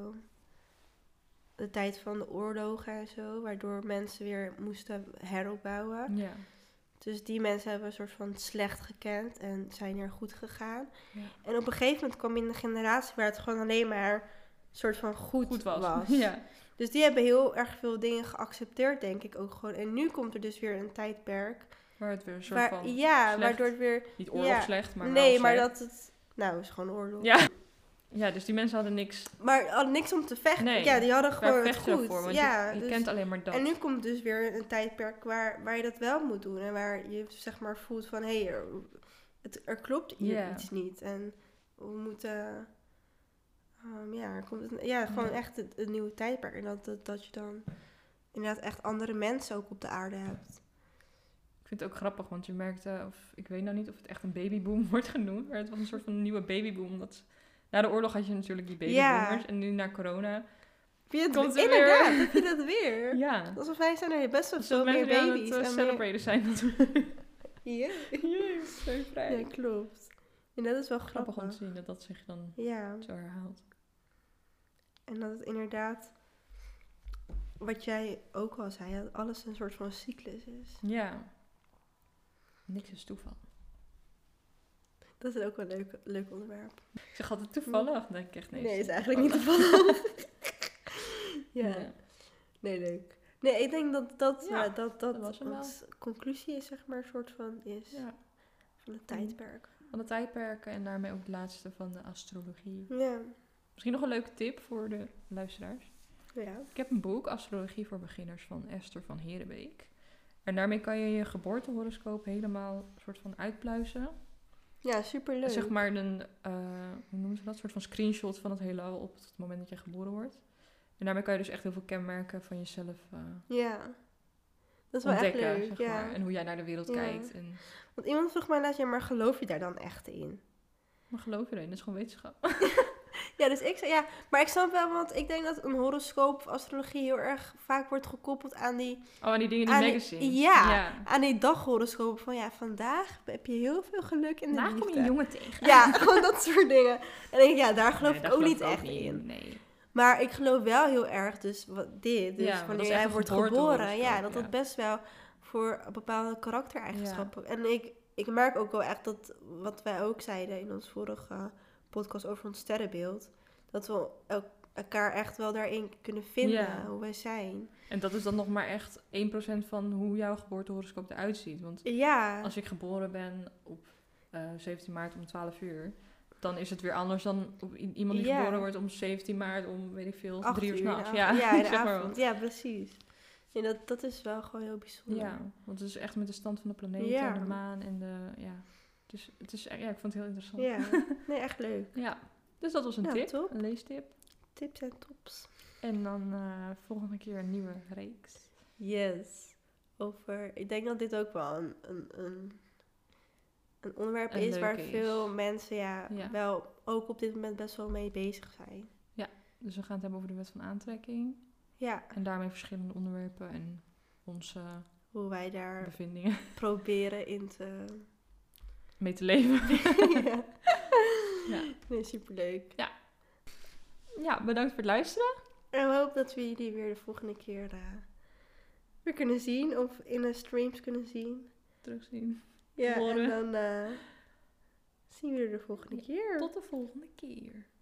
de tijd van de oorlogen en zo, waardoor mensen weer moesten heropbouwen. Ja. Dus die mensen hebben een soort van slecht gekend en zijn er goed gegaan. Ja. En op een gegeven moment kwam in de generatie waar het gewoon alleen maar een soort van goed was. Ja. Dus die hebben heel erg veel dingen geaccepteerd, denk ik ook gewoon. En nu komt er dus weer een tijdperk. Waar het weer een soort van... Ja, slecht- waardoor het weer... Niet oorlog ja. slecht, maar nee, wel maar slecht. dat het... Nou, het is gewoon oorlog. Ja. Ja, dus die mensen hadden niks... Maar hadden niks om te vechten. Nee, Ja, die hadden Waar gewoon het vecht je goed. voor? Want Ja, je dus- kent alleen maar dat. En nu komt dus weer een tijdperk waar je dat wel moet doen. En waar je zeg maar voelt van... Hé, er klopt hier Ja. iets niet. En we moeten... er komt gewoon Ja. echt het nieuwe tijdperk. En dat je dan inderdaad echt andere mensen ook op de aarde hebt. Ik vind het ook grappig, want je merkte... Of, ik weet nou niet of het echt een babyboom wordt genoemd. Maar het was een soort van nieuwe babyboom. Na de oorlog had je natuurlijk die babyboomers. Ja. En nu na corona... Heb je het Komt er inderdaad, weer. heb je dat weer? Ja. Alsof wij zijn er best wel Dus veel dat meer mensen die aan baby's. het en meer- celebraten zijn. Dat we... Ja. Jee, zo vrij. Ja, klopt. En dat is wel Grappig om te grappig. zien dat dat zich dan Ja, zo herhaalt. en dat het inderdaad, wat jij ook al zei, dat alles een soort van cyclus is. Ja. Niks is toeval. Dat is ook wel een leuk onderwerp. Ik zeg altijd toevallig. Dan denk ik echt nee. Nee, het is eigenlijk niet toevallig. Ja, nee, leuk. Nee, ik denk dat Ja, dat was hem wel. ons conclusie is, zeg maar, een soort van is Ja. van het tijdperk. Van de tijdperken en daarmee ook het laatste van de astrologie. Ja, Misschien nog een leuke tip voor de luisteraars. ja. Ik heb een boek, Astrologie voor Beginners, van Esther van Herenbeek. En daarmee kan je je geboortehoroscoop helemaal soort van uitpluizen. Ja, superleuk. Zeg maar een, hoe noemen ze dat? Een soort van screenshot van het heelal op het moment dat je geboren wordt. En daarmee kan je dus echt heel veel kenmerken van jezelf Ja, dat is wel ontdekken, echt leuk. zeg Ja. maar. En hoe jij naar de wereld Ja. kijkt. En, Want iemand vroeg mij laatst, ja, maar geloof je daar dan echt in? maar geloof je erin, dat is gewoon wetenschap. Ja, dus ik zei, ja, maar ik snap wel, want ik denk dat een horoscoop of astrologie heel erg vaak wordt gekoppeld aan die, Oh, en die dingen in Aan die die- magazines. ja. aan die daghoroscoop. Van ja, vandaag heb je heel veel geluk in de Daar liefde. kom je een jongen tegen. Ja, gewoon dat soort dingen. En denk ik, ja, daar geloof Nee, ik daar ook geloof niet ik echt in. Nee. Maar ik geloof wel heel erg, dus dit. Dus Ja, want dat wanneer is echt jij een wordt geboren, geboortehoroscoop, ja, dat ja. dat best wel voor bepaalde karaktereigenschappen. En ik merk ook wel echt dat, wat wij ook zeiden in ons vorige podcast over ons sterrenbeeld, dat we elkaar echt wel daarin kunnen vinden, Ja. hoe wij zijn. En dat is dan nog maar echt 1% van hoe jouw geboortehoroscoop eruit ziet. Want Ja, als ik geboren ben op 17 maart om 12 uur... dan is het weer anders dan iemand die Ja. geboren wordt om 17 maart om, weet ik veel, 8 3 uur uur in de s'nachts. avond. Ja, in de zeg maar avond. Ja, precies. En dat is wel gewoon heel bijzonder. Ja, want het is echt met de stand van de planeten Ja. en de maan en de... Ja. Dus het is, ja, ik vond het heel interessant. Ja, nee, echt leuk. Ja. Dus dat was een Nou, tip, top. een leestip. Tips en tops. En dan volgende keer een nieuwe reeks. Yes. Ik denk dat dit ook wel een onderwerp Een is waar leuke is. veel mensen Ja. wel ook op dit moment best wel mee bezig zijn. Dus we gaan het hebben over de wet van aantrekking. Ja, En daarmee verschillende onderwerpen en onze hoe wij daar bevindingen proberen in te... mee te leven. ja. Ja. Nee, superleuk. Ja, bedankt voor het luisteren. En we hopen dat we jullie weer de volgende keer weer kunnen zien. Of in de streams kunnen zien. Terugzien. Ja, Horen. en dan Zien we er de volgende keer. Tot de volgende keer.